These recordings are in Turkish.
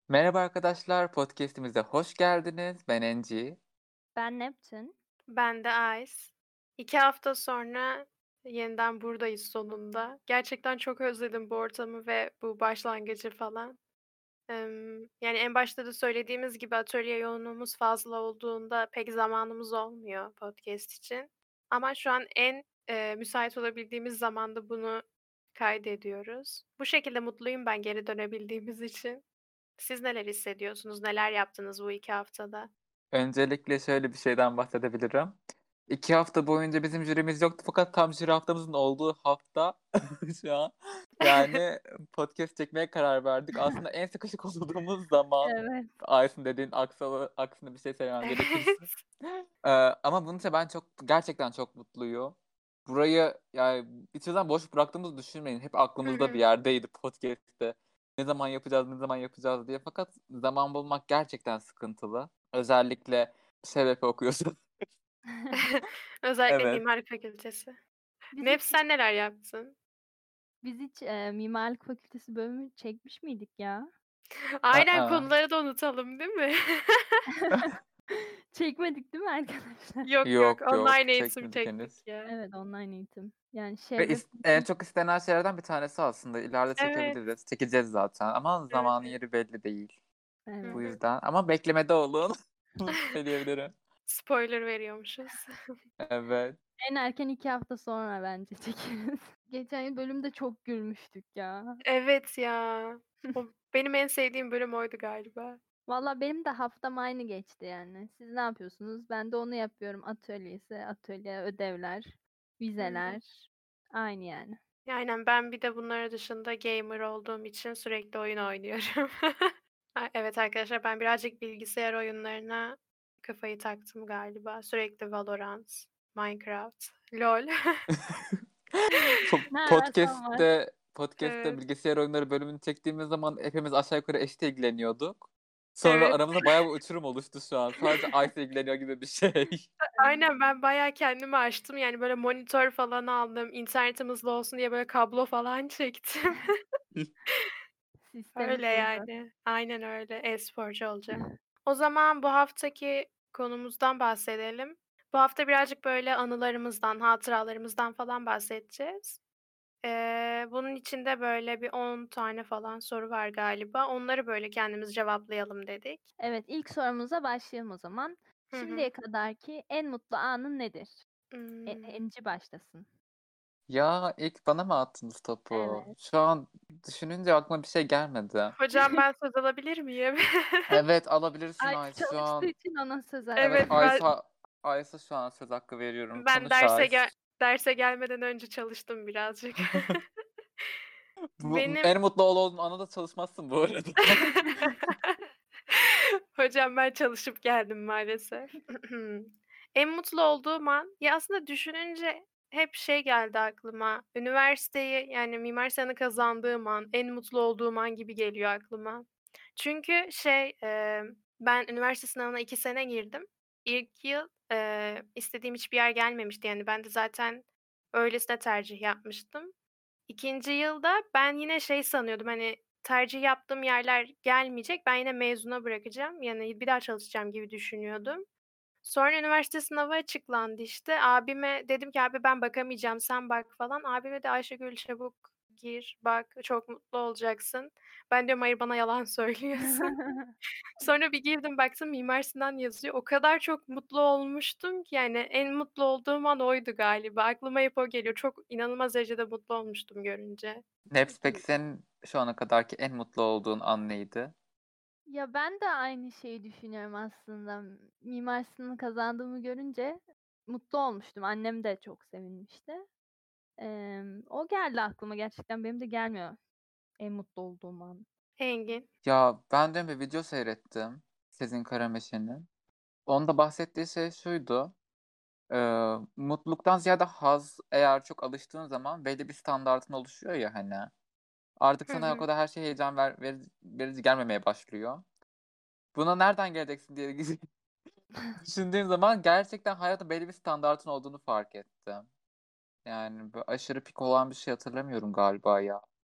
Merhaba arkadaşlar, podcast'imize hoş geldiniz. Ben Enci. Ben Neptün. Ben de Ice. 2 hafta sonra yeniden buradayız sonunda. Gerçekten çok özledim bu ortamı ve bu başlangıcı falan. Yani, en başta da söylediğimiz gibi atölye yoğunluğumuz fazla olduğunda pek zamanımız olmuyor podcast için. Ama şu an en müsait olabildiğimiz zamanda bunu kaydediyoruz. Bu şekilde mutluyum ben geri dönebildiğimiz için. Siz neler hissediyorsunuz? Neler yaptınız bu 2 haftada? Öncelikle şöyle bir şeyden bahsedebilirim. 2 hafta boyunca bizim jürimiz yoktu fakat tam jüri haftamızın olduğu hafta şu an yani podcast çekmeye karar verdik. Aslında en sıkışık olduğumuz zaman Evet. Aysun dediğin aksine bir şey söylemem gerekirse. Evet. Ama bunun için ben gerçekten çok mutluyum. Burayı yani hiçbir zaman boş bıraktığımızı düşünmeyin. Hep Hı aklımızda bir hı. yerdeydi podcast'te. Ne zaman yapacağız diye. Fakat zaman bulmak gerçekten sıkıntılı. Özellikle SBP okuyorsun. Özellikle Evet. mimarlık fakültesi. Biz hiç Neps sen neler yaptın? biz hiç, mimarlık fakültesi bölümü çekmiş miydik ya? Aynen, Aa. konuları da unutalım, değil mi? Çekmedik değil mi arkadaşlar? Yok, yok, Yok yok online eğitim çekmedik çektik henüz. ya. Evet, online eğitim. Yani Ve çevre en politik. çok istenen şeylerden bir tanesi aslında. İleride Evet, çekebiliriz. Çekeceğiz zaten ama evet, zamanı evet. yeri belli değil. Hı Bu Evet. hı. yüzden. Ama beklemede olun. Söyleyebilirim. Spoiler veriyormuşuz. Evet. En erken 2 hafta sonra bence çekeriz. Geçen yıl bölümde çok gülmüştük ya. Evet ya. O benim en sevdiğim bölüm oydu galiba. Valla benim de haftam aynı geçti yani. Siz ne yapıyorsunuz? Ben de onu yapıyorum. Atölye ise atölye, ödevler, Hı hı. vizeler. Aynı yani. Aynen, ben bir de bunlar dışında gamer olduğum için sürekli oyun oynuyorum. Evet arkadaşlar, ben birazcık bilgisayar oyunlarına kafayı taktım galiba. Sürekli Valorant, Minecraft, LOL. Ne ararsan var. Podcast'te Evet, bilgisayar oyunları bölümünü çektiğimiz zaman hepimiz aşağı yukarı eşit ilgileniyorduk. Sonra evet. aramızda bayağı bir uçurum oluştu şu an. Sadece Ice ilgileniyor gibi bir şey. Evet. Aynen, ben bayağı kendimi aştım. Yani, böyle, monitör falan aldım, internetim hızlı olsun diye, böyle, kablo falan çektim. Sistemi Öyle, kurdu. yani. Aynen öyle. E-sporcu olacağım. O zaman bu haftaki konumuzdan bahsedelim. Bu hafta birazcık, böyle, anılarımızdan, hatıralarımızdan falan bahsedeceğiz. Bunun içinde, böyle, bir 10 tane falan soru var galiba. Onları, böyle, kendimiz cevaplayalım dedik. Evet, ilk sorumuza başlayalım o zaman. Hı Şimdiye hı. kadarki en mutlu anın nedir? Imm, Enci başlasın. Ya ilk bana mı attınız topu? Evet. Şu an düşününce aklıma bir şey gelmedi. hocam ben söz alabilir miyim? Evet alabilirsin Alp Ayşe şu çalıştığı an. için ona söz Evet Evet, hakkı. Ayşe şu an söz hakkı veriyorum. ben Konuş Ayşe. derse gelmeden önce çalıştım birazcık. Benim En mutlu olduğun ana da çalışmazsın bu arada. hocam ben çalışıp geldim maalesef. En mutlu olduğum an, ya, aslında düşününce hep şey geldi aklıma, üniversiteyi, yani, Mimar Sinan'ı kazandığım an, en mutlu olduğum an gibi geliyor aklıma. Çünkü ben üniversite sınavına 2 sene girdim. İlk yıl, istediğim hiçbir yer gelmemişti. Yani, ben de zaten öylesine tercih yapmıştım. 2'nci yılda ben yine şey sanıyordum, hani, tercih yaptığım yerler gelmeyecek, ben yine mezuna bırakacağım, yani, bir daha çalışacağım gibi düşünüyordum. Sonra üniversite sınavı açıklandı, işte. Abime dedim ki, "Abi, ben bakamayacağım, sen bak." falan. Abime de, "Ayşegül, çabuk gir, bak, çok mutlu olacaksın." Ben diyorum, "Hayır, bana yalan söylüyorsun." Sonra bir girdim, baktım Mimar Sinan yazıyor. O kadar çok mutlu olmuştum ki, yani, en mutlu olduğum an oydu galiba. Aklıma hep o geliyor. Çok inanılmaz derecede mutlu olmuştum görünce. Neps Çok peki iyi. senin şu ana kadarki en mutlu olduğun an neydi? Ya, ben de aynı şeyi düşünüyorum aslında. Mimar Sinan'ı kazandığımı görünce mutlu olmuştum. Annem de çok sevinmişti. O geldi aklıma gerçekten. Benim de gelmiyor en mutlu olduğum an. Engin. Ya ben dün bir video seyrettim. Sezin Karameşe'nin. Onda bahsettiği şey şuydu. Mutluluktan ziyade haz eğer çok alıştığın zaman belli bir standardın oluşuyor ya hani. Artık Hı sana o hı. kadar her şey heyecan verici gelmemeye başlıyor. Buna nereden geleceksin diye düşündüğüm zaman gerçekten hayatın belli bir standardın olduğunu fark ettim. Yani böyle aşırı pik olan bir şey hatırlamıyorum galiba ya.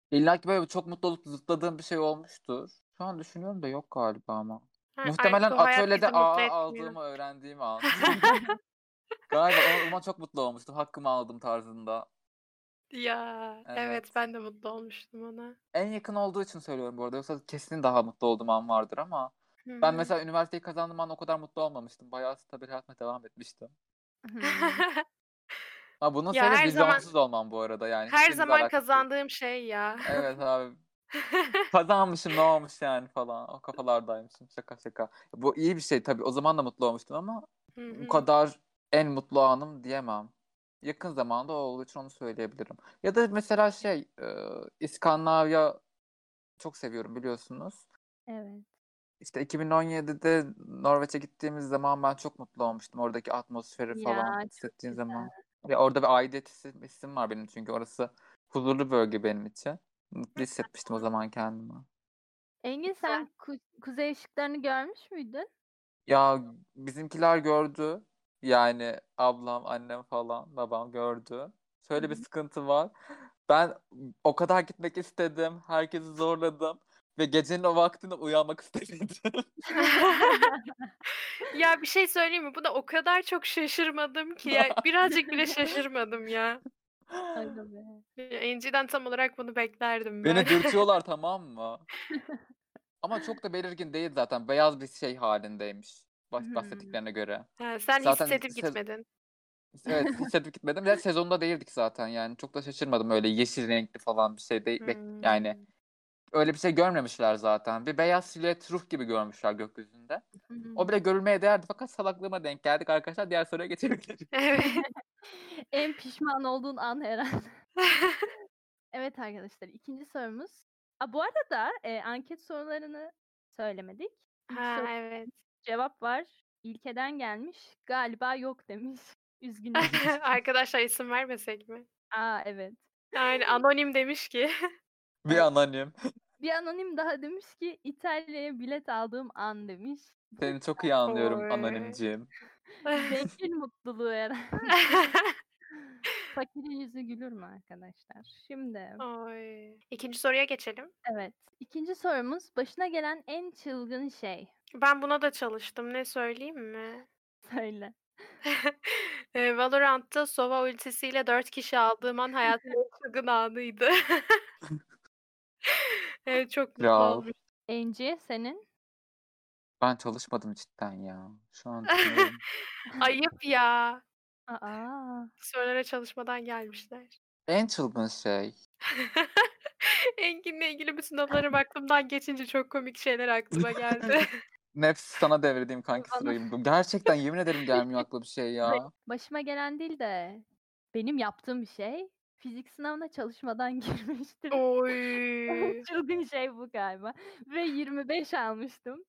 İlla ki böyle çok mutlu olup zıpladığım bir şey olmuştur. Şu an düşünüyorum da yok galiba ama. Ha, Muhtemelen artık o hayat atölyede bizi mutlu AA etmiyor. aldığımı öğrendiğim an. Galiba o zaman çok mutlu olmuştum. Hakkımı aldım tarzında. Ya evet, Evet. ben de mutlu olmuştum ona. En yakın olduğu için söylüyorum bu arada. Yoksa kesin daha mutlu olduğum an vardır ama. Hı Ben hı. mesela üniversiteyi kazandığım an o kadar mutlu olmamıştım. Bayağı stabil hayatıma devam etmiştim. Ama bunun Ya sebebi her zaman vizyonsuz olmam bu arada yani. her Hiçbirinizle zaman alakası yok. kazandığım şey ya. Evet abi. Kazanmışım ne olmuş yani falan. O kafalardaymışım. Şaka şaka. Bu iyi bir şey tabii. O zaman da mutlu olmuştum ama Hı bu hı. kadar en mutlu anım diyemem. Yakın zamanda o olduğu için onu söyleyebilirim. Ya da mesela İskandinavya çok seviyorum biliyorsunuz. Evet. İşte 2017'de Norveç'e gittiğimiz zaman ben çok mutlu olmuştum. Oradaki atmosferi falan Ya çok hissettiğin güzel. zaman. Ya orada bir aidiyet hissim var benim çünkü orası huzurlu bölge benim için. Mutlu hissetmiştim o zaman kendimi. Engin sen kuzey ışıklarını görmüş müydün? Ya bizimkiler gördü. Yani ablam, annem falan, babam gördü. Şöyle bir Hı hı. sıkıntı var. Ben o kadar gitmek istedim. Herkesi zorladım. Ve gecenin o vaktinde uyanmak istemedim. Ya bir şey söyleyeyim mi? Buna o kadar çok şaşırmadım ki ya. Birazcık bile şaşırmadım ya. Aga be. Angie'den tam olarak bunu beklerdim ben. Beni dürtüyorlar tamam mı? Ama çok da belirgin değil zaten. Beyaz bir şey halindeymiş. Hımm. Bahsettiklerine göre. Ha, sen Zaten hissedip gitmedin. evet hissedip gitmedim. Ve sezonda değildik zaten yani. Çok da şaşırmadım öyle yeşil renkli falan bir şey değil. Yani Hımm. öyle bir şey görmemişler zaten. Bir beyaz silüet ruh gibi görmüşler gökyüzünde. Hı hı. O bile görülmeye değerdi fakat salaklığıma denk geldik arkadaşlar. Diğer soruya geçebiliriz. Evet. En pişman olduğun an herhâlde. Evet arkadaşlar, 2'nci sorumuz. Bu arada, anket sorularını söylemedik. İlk Ha, soru evet. cevap var. İlke'den gelmiş. Galiba yok demiş. Üzgünüm demiş. Arkadaşlar isim vermesek mi? Evet. Yani anonim demiş ki. Bir anonim. Bir anonim daha demiş ki İtalya'ya bilet aldığım an demiş. Seni çok iyi anlıyorum Oy. anonimciğim. Zengin mutluluğu herhâlde. Fakirin yüzü gülür mü arkadaşlar? Şimdi Oy. 2'nci soruya geçelim. evet, 2'nci sorumuz başına gelen en çılgın şey. Ben buna da çalıştım. Ne söyleyeyim mi? Söyle. Valorant'ta Sova ultisiyle 4 kişi aldığım an hayatımın en çılgın anıydı. Evet, çok mutlu Kral. olmuştum. Enci senin? Ben çalışmadım cidden ya. Şu an düşünüyorum. Ayıp ya. A! Sorulara çalışmadan gelmişler. En çılgın şey. Engin'le ilgili bütün anılarım aklımdan geçince çok komik şeyler aklıma geldi. Nefsi sana devredeyim kanki Bana sırayı. Gerçekten yemin ederim gelmiyor aklıma bir şey hayır, ya. başıma gelen değil de benim yaptığım bir şey. Fizik sınavına çalışmadan girmiştim. En Oy! çılgın şey bu galiba ve 25 almıştım.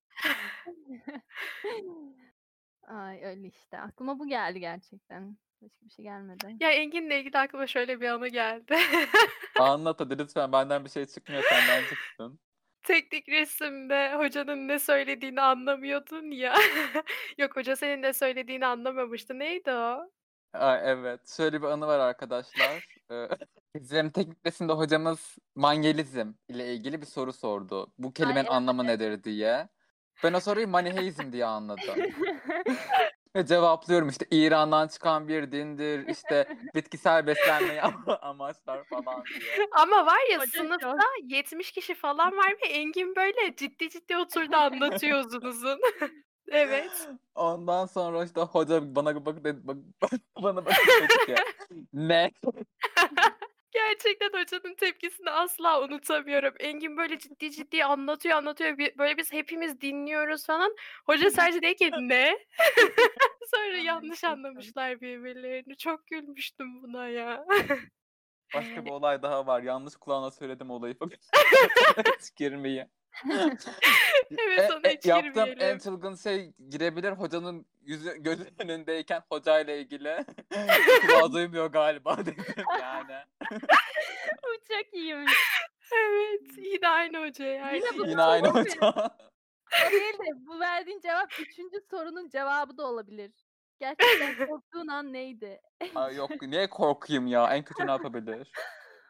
Ay, öyle işte. Aklıma bu geldi gerçekten. Başka bir şey gelmedi. Ya, Engin'le ilgili aklıma şöyle bir anı geldi. Anlat hadi lütfen benden bir şey çıkmıyor senden çıksın. Teknik resimde hocanın ne söylediğini anlamıyordun ya. Yok, hoca senin ne söylediğini anlamamıştı. Neydi o? Evet. Şöyle bir anı var arkadaşlar. Bizlerin teknik resimde hocamız manyelizm ile ilgili bir soru sordu. Bu Ay, kelimenin evet. anlamı nedir diye. Ben o soruyu maniheizm diye anladım. Ve cevaplıyorum işte İran'dan çıkan bir dindir, işte bitkisel beslenmeyi amaçlar falan diye. Ama var ya, Hoca sınıfta şok. 70 kişi falan var ve Engin böyle ciddi ciddi oturdu anlatıyor uzun uzun. Evet. Ondan sonra işte hoca bana bak dedi, bana bakıp dedi ki ne? Gerçekten hocanın tepkisini asla unutamıyorum. Engin böyle ciddi ciddi anlatıyor, anlatıyor. Böyle biz hepimiz dinliyoruz falan. Hoca sadece dedi ki "Ne?" Sonra Ay, yanlış çok komik. anlamışlar birbirlerini. Çok gülmüştüm buna ya. Başka bir Evet. olay daha var. Yanlış kulağına söyledim olayı fakat hiç girmeyi. Evet, ona hiç Yaptığım en girmeyelim. çılgın şey girebilir hocanın yüzü gözü önündeyken hocayla ilgili kulağı duymuyor galiba dedim yani. Bu çok iyiymiş. Evet, yine aynı hoca ya, Yine bu Yine doğru aynı değil mi? hoca. O değil de bu verdiğin cevap 3'üncü sorunun cevabı da olabilir. Gerçekten korktuğun an neydi? Ay yok niye korkayım ya? En kötü ne yapabilir?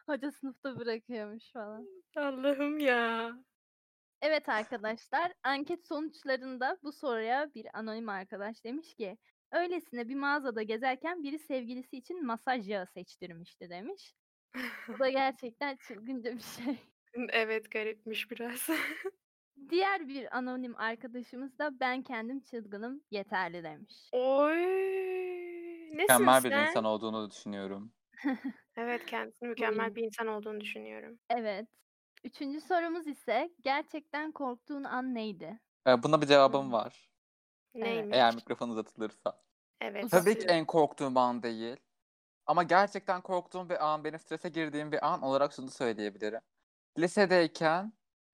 Hoca sınıfta bırakıyormuş falan. Allah'ım ya. Evet arkadaşlar, anket sonuçlarında bu soruya bir anonim arkadaş demiş ki öylesine bir mağazada gezerken biri sevgilisi için masaj yağı seçtirmişti demiş. Bu da gerçekten çılgınca bir şey. Evet, garipmiş biraz. Diğer bir anonim arkadaşımız da ben kendim çılgınım yeterli demiş. Oy! Nesin Mükemmel bir insan sen? olduğunu düşünüyorum. Evet, kendisinin mükemmel Buyurun. bir insan olduğunu düşünüyorum. Evet. Üçüncü sorumuz ise gerçekten korktuğun an neydi? Buna bir cevabım Hımm. var. Evet. Eğer Neymiş? mikrofon uzatılırsa. Evet. Tabii ki Uzatıyor. en korktuğum an değil. Ama gerçekten korktuğum bir an, benim strese girdiğim bir an olarak şunu söyleyebilirim. Lisedeyken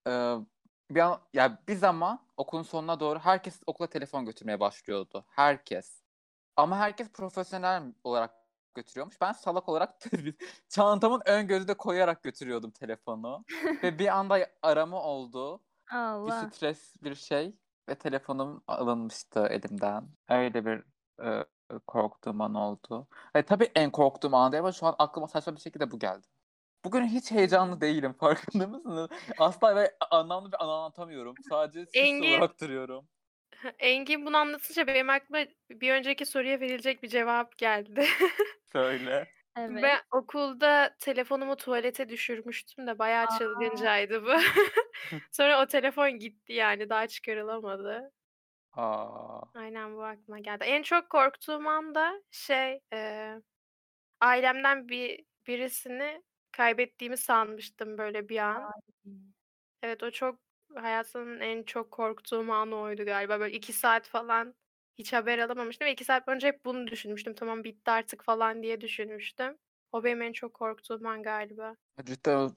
bir zaman okulun sonuna doğru herkes okula telefon götürmeye başlıyordu. Herkes. Ama herkes profesyonel olarak götürüyormuş. Ben salak olarak çantamın ön gözüne koyarak götürüyordum telefonu. Ve bir anda arama oldu. Bir Allah. stres, bir şey ve telefonum alınmıştı elimden. Öyle bir e, korktuğum an oldu. Tabii en korktuğum an değil ama şu an aklıma saçma bir şekilde bu geldi. Bugün hiç heyecanlı Hımm. değilim, farkında mısınız? Asla ve anlamlı bir an anlatamıyorum. Sadece süs Engin olarak duruyorum. Engin bunu anlatınca benim aklıma bir önceki soruya verilecek bir cevap geldi. Söyle. Evet. Ben okulda telefonumu tuvalete düşürmüştüm de bayağı A! çılgıncaydı bu. Sonra o telefon gitti yani daha çıkarılamadı. Aa. Aynen bu aklıma geldi. En çok korktuğum an da ailemden birisini kaybettiğimi sanmıştım böyle bir an. Ay. Evet, o çok hayatımın en çok korktuğum anı oydu galiba. Böyle 2 saat falan hiç haber alamamıştım ve 2 saat boyunca hep bunu düşünmüştüm. Tamam, bitti artık falan diye düşünmüştüm. O benim en çok korktuğum an galiba. Cidden o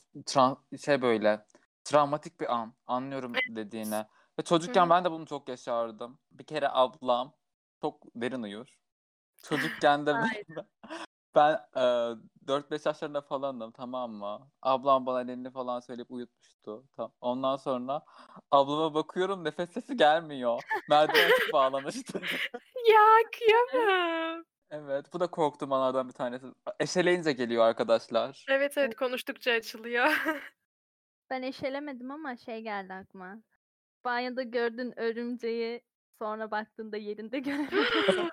böyle travmatik bir an. Anlıyorum dediğine. Ve Hı çocukken hı. ben de bunu çok yaşardım. Bir kere ablam çok derin uyur. Çocukken de Ay. ben 4-5 yaşlarında falandım, tamam mı? Ablam bana elini falan söyleyip uyutmuştu. Ondan sonra ablama bakıyorum, nefes sesi gelmiyor. Merdiven açık bağlamıştı. Ya, kıyamam. Evet, bu da korktuğum anlardan bir tanesi. Eşeleyince geliyor arkadaşlar. Evet, Evet. evet, konuştukça açılıyor. Ben eşelemedim ama şey geldi aklıma. Banyoda gördün örümceği, sonra baktığında yerinde göremedin.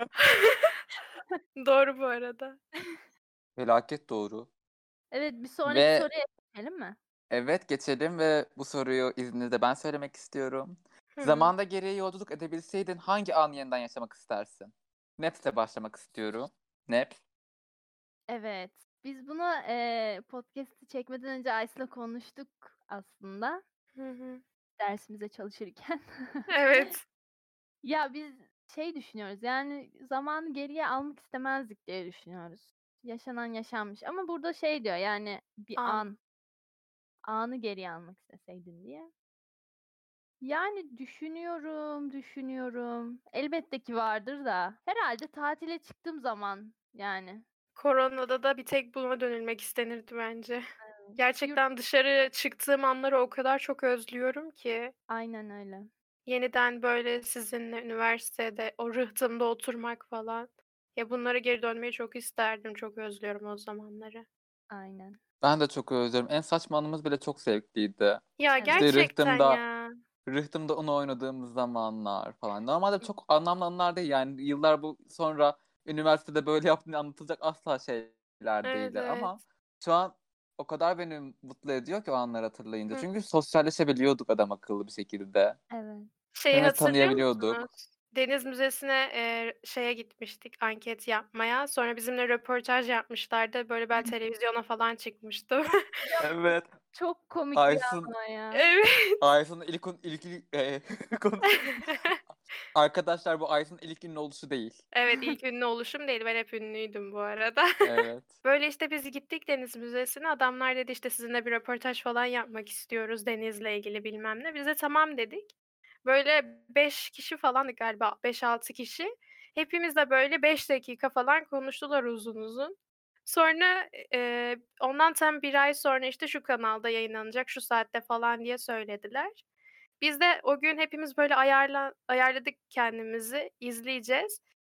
Doğru bu arada. Felaket doğru. Evet, bir sonraki Ve soruya geçelim mi? evet, geçelim ve bu soruyu izninizle ben söylemek istiyorum. Hı hı. Zamanda geriye yolculuk edebilseydin hangi anı yeniden yaşamak istersin? Neps'le başlamak istiyorum. Neps. Evet. Biz bunu, podcast'i çekmeden önce Aysel'le konuştuk aslında Hı hı. dersimize çalışırken. Evet. Ya, biz şey düşünüyoruz, yani, zamanı geriye almak istemezdik diye düşünüyoruz. Yaşanan yaşanmış ama burada şey diyor, yani, bir An. anı geriye almak isteseydin diye. Yani, düşünüyorum. Elbette ki vardır da herhâlde tatile çıktığım zaman, yani. Koronada da bir tek buna dönülmek istenirdi bence. Yurt Gerçekten dışarı çıktığım anları o kadar çok özlüyorum ki. Aynen öyle. Yeniden, böyle, sizinle üniversitede o rıhtımda oturmak falan. Ya, bunlara geri dönmeyi çok isterdim. Çok özlüyorum o zamanları. Aynen. Ben de çok özlüyorum. En saçma anımız bile çok zevkliydi. Ya, Evet. İşte gerçekten rıhtımda ya. rıhtımda onu oynadığımız zamanlar falan. Normalde çok anlamlı anılar değil, yani yıllar sonra üniversitede böyle yaptığını anlatılacak asla şeyler Evet, değiller. evet. Ama şu an o kadar beni mutlu ediyor ki o anları hatırlayınca. Hı. Çünkü sosyalleşebiliyorduk adam akıllı bir şekilde. Evet. Şeyi Birbirimizi hatırlıyor tanıyabiliyorduk. musunuz? Deniz Müzesi'ne, şeye gitmiştik anket yapmaya. Sonra bizimle röportaj yapmışlardı. Böyle, ben televizyona falan çıkmıştım. Ya, bu Evet. çok komik bir Aysun anı ya. Evet. Aysun'un konuşayım. Arkadaşlar, bu Aysun'un ilk ünlü oluşu değil. Evet, ilk ünlü oluşum değil. Ben hep ünlüydüm bu arada. Evet. Böyle, işte, biz gittik Deniz Müzesi'ne. Adamlar dedi, işte, "Sizinle bir röportaj falan yapmak istiyoruz denizle ilgili." bilmem ne. Biz de tamam dedik. Böyle 5 kişi falandık galiba, 5-6 kişi. Hepimiz de böyle 5 dakika falan konuştular uzun uzun. Sonra, ondan tam 1 ay sonra, işte, "Şu kanalda yayınlanacak, şu saatte." falan diye söylediler. Biz de o gün hepimiz böyle ayarladık kendimizi, izleyeceğiz.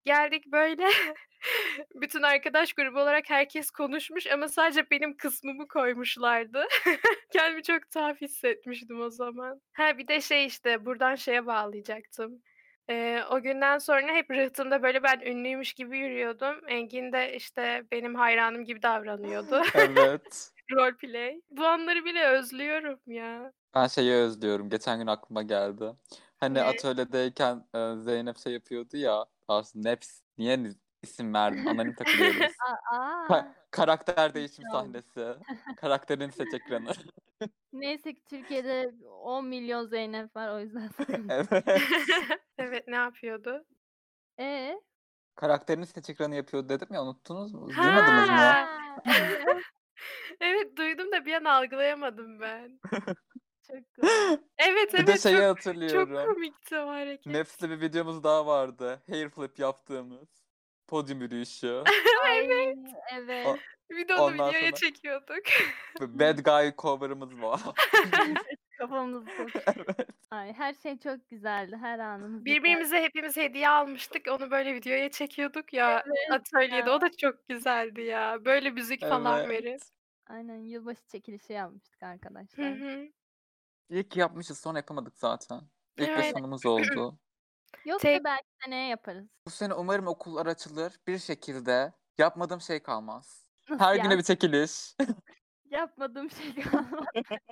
Geldik böyle bütün arkadaş grubu olarak herkes konuşmuş ama sadece benim kısmımı koymuşlardı. Kendimi çok tuhaf hissetmiştim o zaman. Ha, bir de şey, işte, buradan şeye bağlayacaktım. O günden sonra hep rıhtımda, böyle, ben ünlüymüş gibi yürüyordum. Engin de, işte, benim hayranım gibi davranıyordu. Evet. Roleplay. Bu anları bile özlüyorum ya. Ben şeyi özlüyorum. Geçen gün aklıma geldi. Hani Ne? atölyedeyken Zeynep şey yapıyordu ya. Aslında Neps. Niye isim verdin? Anonim takılıyoruz. Aa, Karakter değişim güzel oldu. sahnesi. Karakterin seç ekranı. Neyse ki Türkiye'de 10 milyon Zeynep var o yüzden sıkıntı. Evet. Evet, ne yapıyordu? Ee? Karakterin seç ekranı yapıyordu dedim ya, unuttunuz mu? Duymadınız mı? Ha! Evet. Evet, duydum da bir an algılayamadım ben. Çok komik. Evet, Bir de evet, şeyi çok hatırlıyorum. komikti o hareket. Neps'te bir videomuz daha vardı. Hair flip yaptığımız. Podyum yürüyüşü. Ay Evet. evet. O, Bir de onu ondan videoya sonra çekiyorduk. bad guy cover'ımız var. Kafamızı sok. Evet. Ay her şey çok güzeldi. Her anımız güzel. Birbirimize hepimiz hediye almıştık. Onu böyle videoya çekiyorduk ya Evet atölyede. ya. O da çok güzeldi ya. Böyle müzik falan verip. Evet. Aynen yılbaşı çekilişi yapmıştık Hı arkadaşlar. hı. İyi ki yapmışız, sonra yapamadık zaten. İlk ve Evet. sonumuz oldu. Yoksa belki seneye yaparız. Bu sene umarım okullar açılır. Bir şekilde yapmadığım şey kalmaz. Nasıl Her yani? güne bir çekiliş. Yapmadığım şey kalmadı.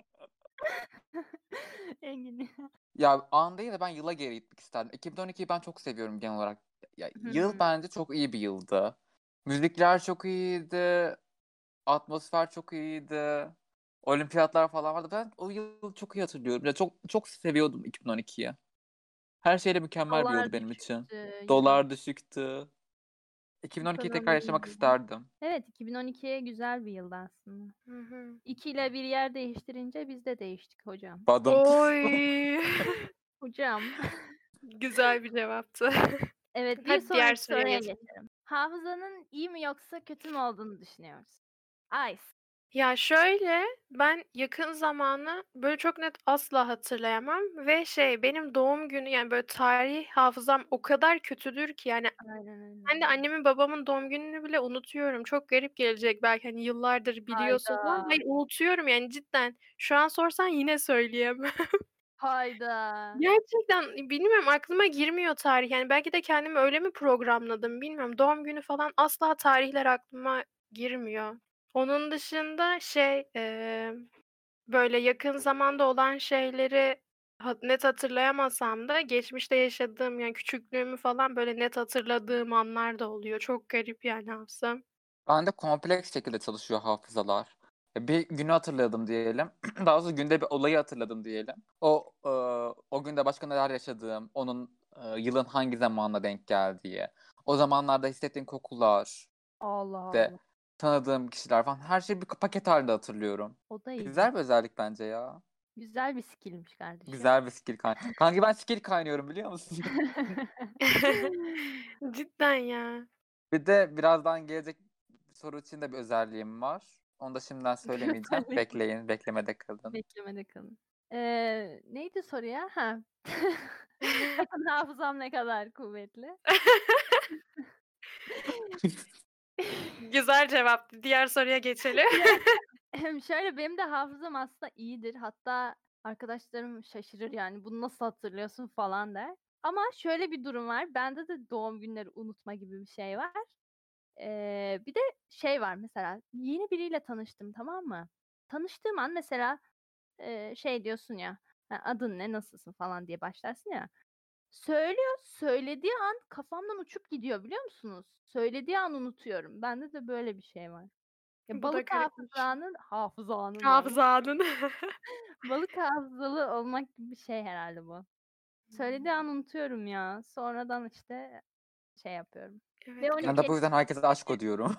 Engin. Ya an değil de ben yıla geri gitmek isterdim. 2012'yi ben çok seviyorum genel olarak. Ya, yıl bence çok iyi bir yıldı. Müzikler çok iyiydi. Atmosfer çok iyiydi. Olimpiyatlar falan vardı. Ben o yılı çok iyi hatırlıyorum. Ya çok çok seviyordum 2012'yi. Her şeyle mükemmel bir Dolar yıldı benim için. düşüktü. Dolar düşüktü. 2012'yi tekrar Ekonomi yaşamak iyiydi. isterdim. Evet 2012'ye güzel bir yıldı aslında. Hı hı. 2 ile bir yer değiştirince biz de değiştik hocam. Badım. Oy! Hocam. Güzel bir cevaptı. Evet bir Hadi diğer sonraki soruya soruya geçelim. geçelim. Hafızanın iyi mi yoksa kötü mü olduğunu düşünüyoruz? Ice. Ya, şöyle, ben yakın zamanı, böyle, çok net asla hatırlayamam ve benim doğum günü, yani, böyle, tarih hafızam o kadar kötüdür ki, yani, Aynen öyle. ben de annemin babamın doğum gününü bile unutuyorum. Çok garip gelecek belki, hani, yıllardır biliyorsun falan. Hayda. Hayır, unutuyorum, yani, cidden. Şu an sorsan yine söyleyemem. Hayda. Gerçekten, bilmiyorum, aklıma girmiyor tarih. Yani, belki de kendimi öyle mi programladım bilmiyorum. Doğum günü falan asla tarihler aklıma girmiyor. Onun dışında böyle yakın zamanda olan şeyleri net hatırlayamasam da geçmişte yaşadığım, yani, küçüklüğümü falan böyle net hatırladığım anlar da oluyor. Çok garip yani hafızam. Bende kompleks şekilde çalışıyor hafızalar. Bir günü hatırladım diyelim. Daha doğrusu günde bir olayı hatırladım diyelim. O günde başka neler yaşadığım, onun yılın hangi zamanına denk geldiği, o zamanlarda hissettiğim kokular, Allah de Allah. tanıdığım kişiler falan, her şeyi bir paket halinde hatırlıyorum. O da ilginç. Güzel bir özellik bence ya. Güzel bir skillmiş kardeşim. Güzel bir skill Kanki ben skill kaynıyorum biliyor musun? Cidden ya. Bir de birazdan gelecek soru için de bir özelliğim var. Onu da şimdiden söylemeyeceğim. Özellik. Bekleyin, beklemede kalın. Beklemede kalın. Neydi soru ya? Ha. Bakın hafızam ne kadar kuvvetli. Güzel cevaptı. Diğer soruya geçelim. Şöyle benim de hafızam aslında iyidir. Hatta arkadaşlarım şaşırır yani bunu nasıl hatırlıyorsun falan der. Ama şöyle bir durum var. Bende de doğum günleri unutma gibi bir şey var. Bir de şey var mesela yeni biriyle tanıştım tamam mı? Tanıştığım an mesela şey diyorsun ya adın ne nasılsın falan diye başlarsın ya. Söylediği an kafamdan uçup gidiyor biliyor musunuz? Söylediği an unutuyorum. Bende de böyle bir şey var. Ya Bu da balık garipmiş. hafızanın var. Hafızanın. Balık hafızalı olmak gibi bir şey herhalde bu. Söylediği an unutuyorum ya. Sonradan işte şey yapıyorum. Evet, Ve Ben 12 de bu yüzden herkese aşk diyorum.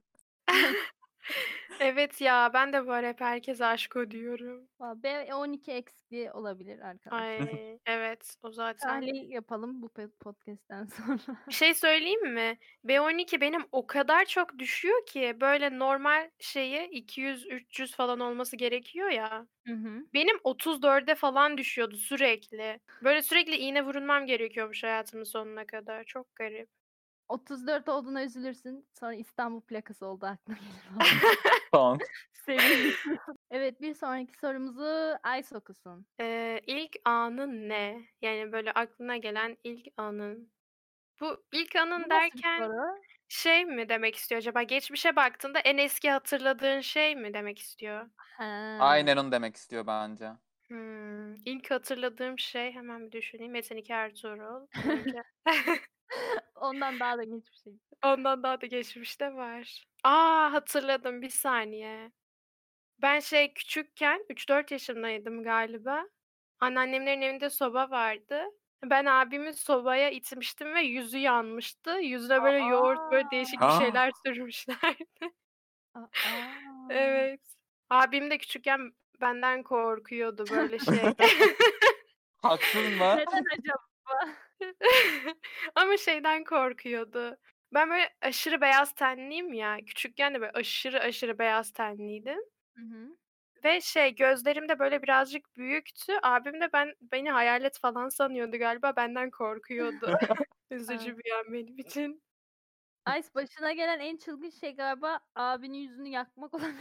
Evet ya, ben de bu ara hep herkese aşk diyorum. B12 eksikliği olabilir arkadaşlar. Ay, evet, o zaten. Tahlil yapalım bu podcast'ten sonra. Bir şey söyleyeyim mi? B12 benim o kadar çok düşüyor ki böyle normal 200-300 falan olması gerekiyor ya. Hı hı. Benim 34'e falan düşüyordu sürekli. Böyle sürekli iğne vurulmam gerekiyormuş hayatımın sonuna kadar. Çok garip. 34 olduğuna üzülürsün. Sonra İstanbul plakası oldu aklına gelir falan. Song. Sevinirsin. Evet, bir sonraki sorumuzu Ice okusun. İlk anın ne? Yani böyle aklına gelen ilk anın. Bu ilk Bu anın nasıl bir derken soru? şey mi demek istiyor acaba? Geçmişe baktığında en eski hatırladığın şey mi demek istiyor? Aynen Ha. onu demek istiyor bence. İlk hatırladığım şey hemen bir düşüneyim. Metin 2 Ertuğrul. Önce Ondan daha da geçmiş şey. ondan daha da geçmişte var. Hatırladım bir saniye. Ben küçükken 3-4 yaşındaydım galiba. Anneannemlerin evinde soba vardı. Ben abimi sobaya itmiştim ve yüzü yanmıştı. Yüzüne böyle yoğurt, böyle değişik bir şeyler sürmüşlerdi. A! Evet. Abim de küçükken benden korkuyordu böyle şey. Haksız mı? Neden acaba? Ama şeyden korkuyordu. Ben böyle aşırı beyaz tenliyim ya. Küçükken de böyle aşırı aşırı beyaz tenliydim. Hı hı. Ve gözlerim de böyle birazcık büyüktü. Abim de beni hayalet falan sanıyordu galiba. Benden korkuyordu. A. Üzücü bir an benim için. Ice, başına gelen en çılgın şey galiba abinin yüzünü yakmak olabilir.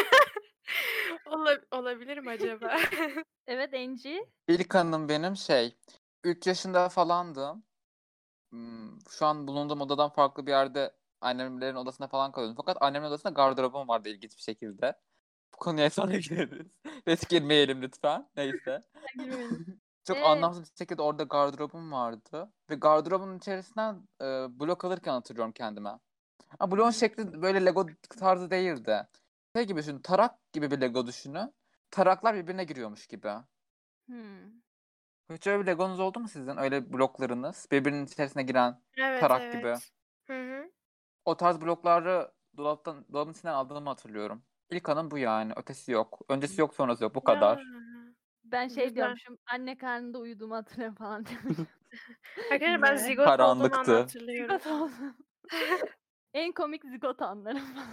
Olabilir mi acaba? Evet, Angie. İlk anım benim 3 yaşında falandım. Şu an bulunduğum odadan farklı bir yerde annemlerin odasında falan kalıyordum. Fakat annemin odasında gardırobum vardı ilginç bir şekilde. Bu konuya sonra gireriz. Risk girmeyelim lütfen. Neyse. Girmeyelim. Çok anlamsız bir şekilde orada gardırobum vardı. Ve gardırobun içerisinden blok alırken hatırlıyorum kendime. Ama bloğun şekli böyle Lego tarzı değildi. Şey gibi düşünün. Tarak gibi bir Lego düşünün. Taraklar birbirine giriyormuş gibi. Hımm. Hiç öyle bir Legonuz oldu mu sizin? Öyle bloklarınız. Birbirinin içerisine giren Evet, tarak gibi. evet. Hı hı. O tarz blokları dolabın içinden aldığımı hatırlıyorum. İlk anım bu yani. Ötesi yok. Öncesi yok, sonrası yok. Bu Ya, kadar. Ben şey güzel. diyormuşum, anne karnında uyuduğumu hatırlıyorum falan diyormuşum. Arkadaşlar ben Ne? zigot olduğum anı Karanlıktı. hatırlıyorum. Zigot oldum. En komik zigot anlarım falan.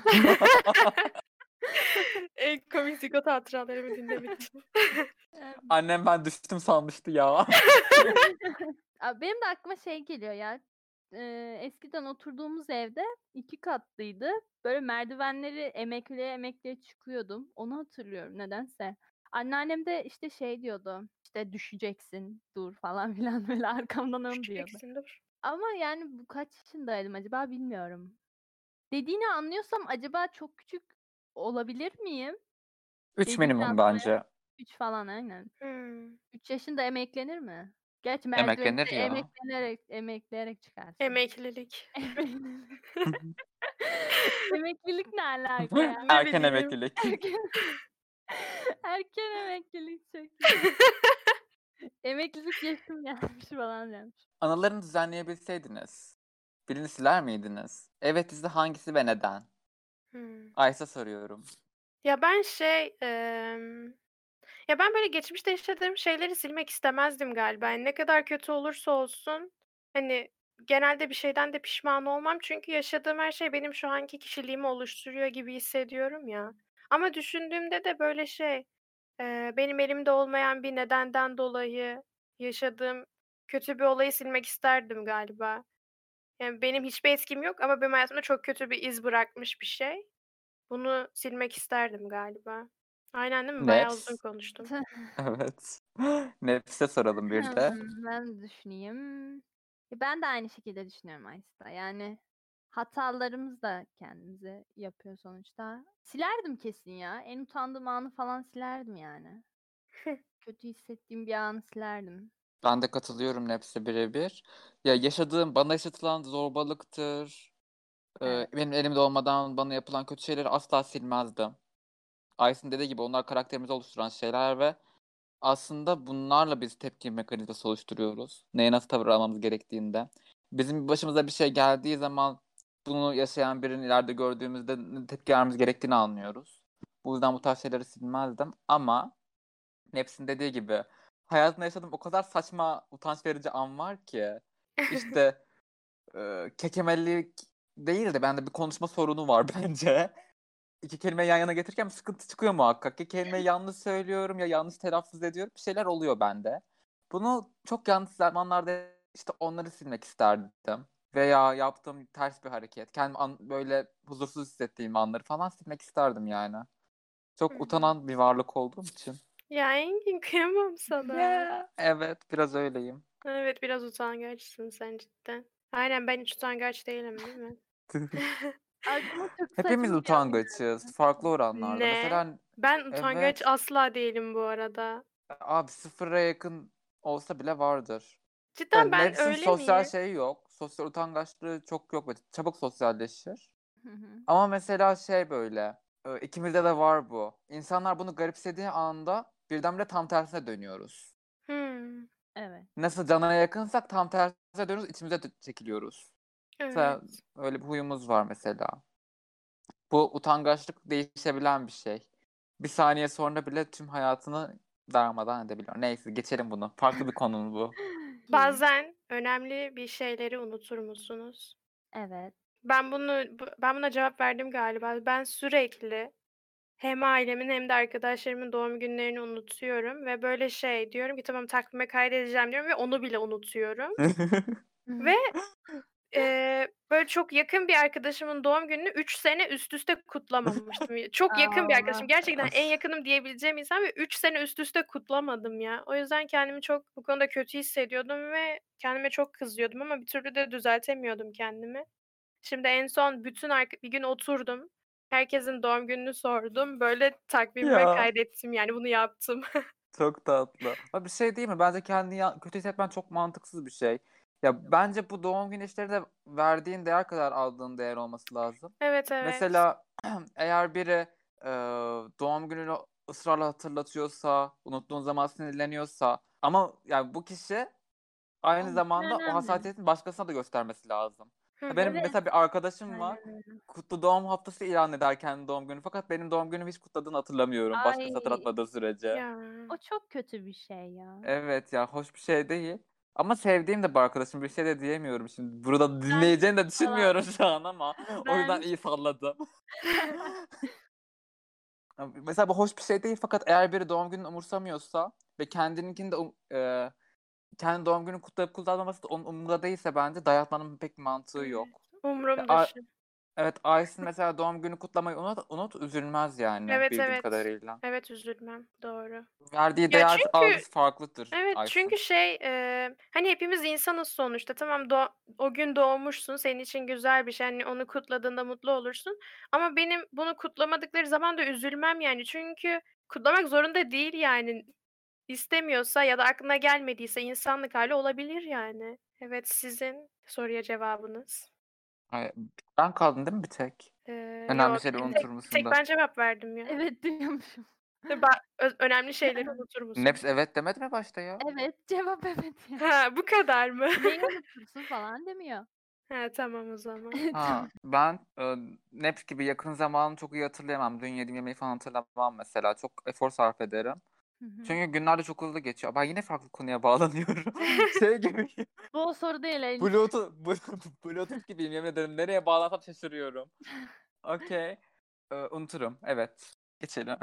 En komik zigot hatıralarımı dinlemek için. Annem ben düştüm sanmıştı ya. Benim de aklıma şey geliyor ya. Eskiden oturduğumuz evde 2 katlıydı. Böyle merdivenleri emekleye emekleye çıkıyordum. Onu hatırlıyorum nedense. Anneannem de işte şey diyordu. İşte düşeceksin, dur falan filan böyle arkamdan onu diyordu. Düşeceksin dur. Ama yani bu kaç yaşındaydım acaba bilmiyorum. Dediğini anlıyorsam acaba çok küçük olabilir miyim? 3 Dediğini minimum bence. 3 falan aynen. Hımm. 3 yaşında emeklenir mi? Gerçi merdiveni Emeklenir de ya. emekleyerek çıkarsın. Emeklilik. Emeklilik ne alaka ya? Ne Erken bileyim. emeklilik. Erken erken emeklilik çok iyi. Emeklilik yaşım gelmiş falan demiş. Anılarını düzenleyebilseydiniz, birini siler miydiniz? Evet ise hangisi ve neden? Hımm. Aysa soruyorum. Ya ben ya ben böyle geçmişte yaşadığım şeyleri silmek istemezdim galiba. Yani ne kadar kötü olursa olsun, hani, genelde bir şeyden de pişman olmam. Çünkü yaşadığım her şey benim şu anki kişiliğimi oluşturuyor gibi hissediyorum ya. Ama düşündüğümde de böyle benim elimde olmayan bir nedenden dolayı yaşadığım kötü bir olayı silmek isterdim galiba. Yani benim hiçbir etkim yok ama benim hayatımda çok kötü bir iz bırakmış bir şey. Bunu silmek isterdim galiba. Aynen değil mi? Bayağı uzun Neps. konuştum. Evet. Neps'e soralım bir de. Ben de düşüneyim. Ben de aynı şekilde düşünüyorum Aysta. Yani hatalarımız da kendimize yapıyor sonuçta. Silerdim kesin ya. En utandığım anı falan silerdim yani. Kötü hissettiğim bir anı silerdim. Ben de katılıyorum Neps'e birebir. Ya bana yaşatılan zorbalıktır. Evet. Benim elimde olmadan bana yapılan kötü şeyleri asla silmezdim. Aysin dediği gibi onlar karakterimizi oluşturan şeyler ve aslında bunlarla biz tepki mekanizması oluşturuyoruz. Neye nasıl tavır almamız gerektiğinde. Bizim başımıza bir şey geldiği zaman bunu yaşayan birini ileride gördüğümüzde ne tepki vermemiz gerektiğini anlıyoruz. Bu yüzden bu tarz şeyleri silmezdim ama Neps'in dediği gibi hayatımda yaşadığım o kadar saçma, utanç verici an var ki işte kekemelik değil de bende bir konuşma sorunu var bence. İki kelimeyi yan yana getirirken bir sıkıntı çıkıyor muhakkak. Ya kelimeyi yanlış söylüyorum ya yanlış telaffuz ediyorum. Bir şeyler oluyor bende. Bunu çok yanlış zamanlarda işte onları silmek isterdim. veya yaptığım ters bir hareket, kendimi böyle huzursuz hissettiğim anları falan silmek isterdim yani. Çok utanan bir varlık olduğum için. Ya Engin kıyamam sana. Ya, evet, biraz öyleyim. Evet biraz utangaçsın sen cidden. Aynen ben hiç utangaç değilim değil mi? Aklıma çok Hepimiz saçma bir an geldi. utangaçız. Farklı oranlarda. Ne? Mesela Ben utangaç evet. asla değilim bu arada. Abi sıfıra yakın olsa bile vardır. Cidden Yani ben nefsin öyle sosyal miyim? şeyi yok. Sosyal utangaçlığı çok yok. Böyle çabuk sosyalleşir. Hı hı. Ama mesela şey böyle. İkimizde de var bu. İnsanlar bunu garipsediği anda birdenbire tam tersine dönüyoruz. Hmm, Evet. Nasıl cana yakınsak tam tersine dönüyoruz, içimize çekiliyoruz. Mesela evet. öyle bir huyumuz var mesela. Bu utangaçlık değişebilen bir şey. Bir saniye sonra bile tüm hayatını darmadağın edebiliyor. Neyse geçelim bunu. Farklı bir konu bu. Bazen önemli bir şeyleri unutur musunuz? Evet. Ben buna cevap verdim galiba. Ben sürekli hem ailemin hem de arkadaşlarımın doğum günlerini unutuyorum ve böyle şey diyorum ki tamam takvime kaydedeceğim diyorum ve onu bile unutuyorum. Ve böyle çok yakın bir arkadaşımın doğum gününü 3 sene üst üste kutlamamıştım. Çok yakın bir arkadaşım. Allah. Gerçekten en yakınım diyebileceğim insan ve 3 sene üst üste kutlamadım ya. O yüzden kendimi çok bu konuda kötü hissediyordum ve kendime çok kızıyordum ama bir türlü de düzeltemiyordum kendimi. Şimdi en son bir gün oturdum. Herkesin doğum gününü sordum. Böyle takvimime Ya kaydettim yani bunu yaptım. çok tatlı. Ama bir şey değil mi? Bence kendini kötü hissetmen çok mantıksız bir şey. Ya bence bu doğum günü işleri de verdiğin değer kadar aldığın değer olması lazım. Evet, evet. Mesela eğer biri e, doğum gününü ısrarla hatırlatıyorsa, unuttuğun zaman sinirleniyorsa ama yani bu kişi aynı Onun için zamanda o önemli. hassasiyetini başkasına da göstermesi lazım. Hı Ya hı. benim Evet. mesela bir arkadaşım var. Aynen öyle. Kutlu doğum haftası ilan ederken doğum günü. Fakat benim doğum günümü hiç kutladığını hatırlamıyorum. Başkası Ay, hatırlatmadığı sürece. Ya. o çok kötü bir şey ya. Evet ya hoş bir şey değil. Ama sevdiğim de bir arkadaşım, bir şey de diyemiyorum şimdi. Burada Ben dinleyeceğini de falan. düşünmüyorum şu an ama o yüzden Ben iyi salladım. Mesela bu hoş bir şey değil fakat eğer biri doğum gününü umursamıyorsa ve kendininkini de kendi doğum gününü kutlayıp kutlanmaması da onun umurunda değilse bence dayatmanın pek bir mantığı Evet. yok. Umurum Ya, dışı. evet, Aysin mesela doğum günü kutlamayı unut üzülmez yani Evet, bildiğim evet. kadarıyla. Evet, üzülmem. Doğru. Verdiği Ya, değer çünkü algısı farklıdır evet, çünkü Aysin. şey, hani, hepimiz insanız sonuçta. Tamam, o gün doğmuşsun, senin için güzel bir şey, hani, onu kutladığında mutlu olursun ama benim bunu kutlamadıkları zaman da üzülmem yani. Çünkü kutlamak zorunda değil yani. İstemiyorsa ya da aklına gelmediyse insanlık hâli olabilir yani. Evet, sizin soruya cevabınız? Ay, ben kaldım değil mi bir tek? Önemli Yok, şeyleri bir evet, tek unutur bir musun tek da? ben cevap verdim ya. evet diyormuşum. Önemli şeyleri unutur musun? Neps evet demedi mi başta ya? Evet, cevap evet ya. Ha, bu kadar mı? Neyi unutursun falan demiyor. Ha, tamam o zaman. Ha, Tamam. ben Neps gibi yakın zamanı çok iyi hatırlayamam. Dün yediğim yemeği falan hatırlamam mesela. Çok efor sarf ederim. Hı hı. Çünkü günler de çok hızlı geçiyor. Ben yine farklı konuya bağlanıyorum. Şey gibi. Bu o soru değil Elif. Bluetooth gibiyim yemin ederim. Nereye bağlansam şaşırıyorum. Okey. Unuturum. Evet. Geçelim.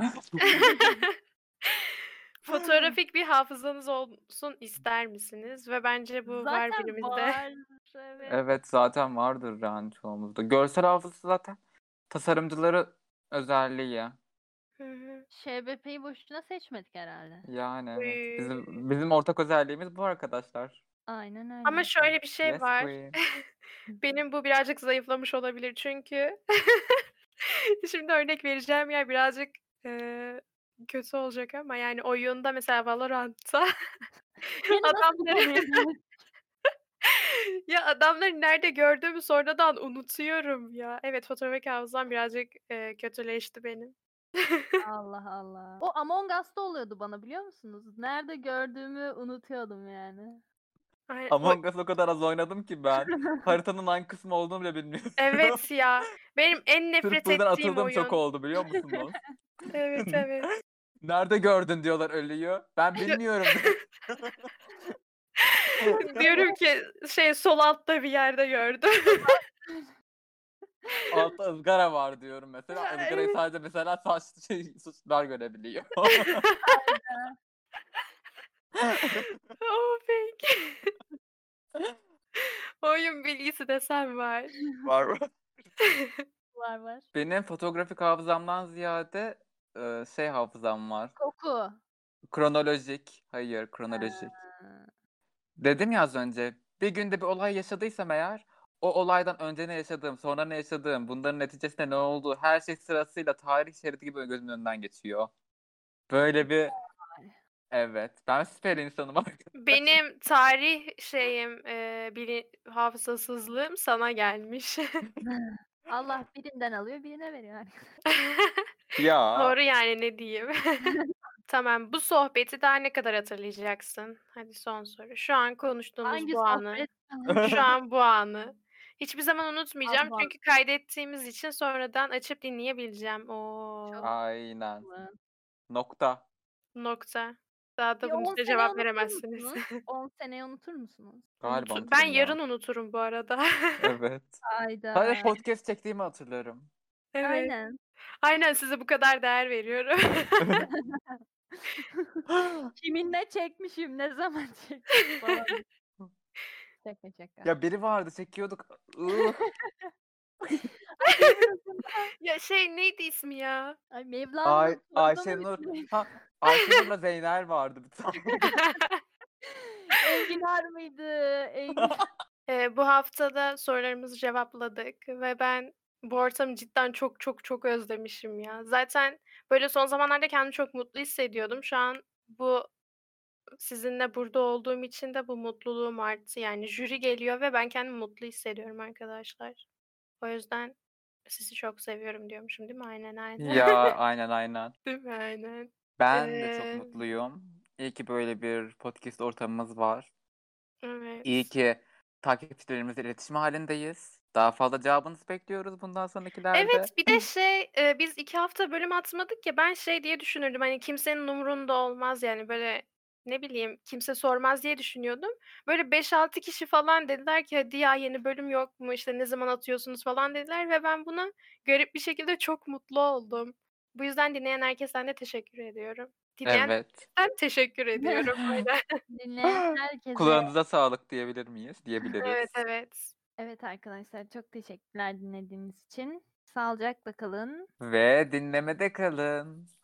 Fotoğrafik bir hafızanız olsun ister misiniz? Ve bence bu var Zaten birimizde. var. Evet. Evet zaten vardır yani çoğumuzda. Görsel hafızası zaten tasarımcıları özelliği. Hı hı. ŞBP'yi boşuna seçmedik herhalde. Yani evet. Uy. Bizim ortak özelliğimiz bu arkadaşlar. Aynen Ama öyle. şöyle bir şey Yes var. queen. Benim bu birazcık zayıflamış olabilir çünkü şimdi örnek vereceğim yer birazcık, eee, kötü olacak ama yani oyunda mesela Valorant'ta Gene nasıl bu adamları konuya geldik? ya adamları nerede gördüğümü sonradan unutuyorum ya. Evet, fotoğrafik hafızam birazcık, kötüleşti benim. Allah Allah. O Among Us'ta oluyordu bana biliyor musunuz? Nerede gördüğümü unutuyordum yani. Ay, Among Us o kadar az oynadım ki ben. Haritanın hangi kısmı olduğunu bile bilmiyorum. evet ya. Benim en Sırf nefret bu yüzden ettiğim atıldığım çok oyun. oldu biliyor musunuz? Evet, evet. Nerede gördün diyorlar ölüyü. Ben bilmiyorum. Diyorum ki şey sol altta bir yerde gördüm. Altta ızgara var diyorum mesela. Izgarayı Evet. sadece mesela suçlular görebiliyor. Oh, peki. Oyun bilgisi desem var. Var mı? Var. Benim fotoğrafik hafızamdan ziyade şey hafızam var. Koku. Kronolojik. Hayır, kronolojik. Ha. Dedim ya az önce. Bir günde bir olay yaşadıysam eğer, o olaydan önce ne yaşadığım, sonra ne yaşadığım, bunların neticesinde ne olduğu, her şey sırasıyla tarih şeridi gibi gözümün önünden geçiyor. Böyle bir evet. Ben süper insanım arkadaşlar. Benim tarih şeyim, hafızasızlığım sana gelmiş. Allah birinden alıyor, birine veriyor. Ya. Doğru yani ne diyeyim. Tamam, bu sohbeti daha ne kadar hatırlayacaksın? Hadi son soru. Şu an konuştuğumuz Hangi bu anı. sohbet? Şu an bu anı. Hiçbir zaman unutmayacağım Aman. çünkü kaydettiğimiz için sonradan açıp dinleyebileceğim. Çok O Aynen. mı? Nokta. nokta. Daha Bir da bunun 10 üstüne seneyi cevap unutur veremezsiniz. musunuz? 10 seneyi unutur musunuz? Galiba Ben unuturum ya. yarın unuturum bu arada. Evet. Hayda. Sadece podcast çektiğimi hatırlarım. Evet. Aynen. Aynen size bu kadar değer veriyorum. Kiminle çekmişim, ne zaman çektim falan. Şaka. Ya biri vardı çekiyorduk. Ih. Ay dilimin ucunda. Ya şey neydi ismi ya? Ay Mevlana'nın Ayşenur. Ha, Ayşenur'la Zeynel vardı bir tane. Enginar mıydı? Enginar. Bu hafta da sorularımızı cevapladık ve ben bu ortamı cidden çok çok çok özlemişim ya. Zaten böyle son zamanlarda kendimi çok mutlu hissediyordum. Şu an bu sizinle burada olduğum için de bu mutluluğum arttı. Yani jüri geliyor ve ben kendimi mutlu hissediyorum arkadaşlar. O yüzden sizi çok seviyorum diyormuşum değil mi? Aynen. Ya aynen. Değil mi? Aynen. Ben de çok Eee, mutluyum. İyi ki böyle bir podcast ortamımız var. İyi evet. ki takipçilerimizle iletişim halindeyiz. Daha fazla cevabınızı bekliyoruz bundan sonrakilerde. Evet, bir de şey, biz 2 hafta bölüm atmadık ya, ben şey diye düşünürdüm, hani, kimsenin umurunda olmaz, yani, böyle, ne bileyim, kimse sormaz diye düşünüyordum. Böyle 5-6 kişi falan dediler ki, "Hadi ya, yeni bölüm yok mu, işte, ne zaman atıyorsunuz?" falan dediler ve ben buna garip bir şekilde çok mutlu oldum. Bu yüzden dinleyen herkesten de teşekkür ediyorum. Dinleyen Evet. herkesten teşekkür ediyorum. Aynen. Dinleyen herkese. Kulağınıza sağlık diyebilir miyiz? Evet, Diyebiliriz. evet. Evet arkadaşlar, çok teşekkürler dinlediğiniz için. Sağlıcakla kalın. Ve dinlemede kalın.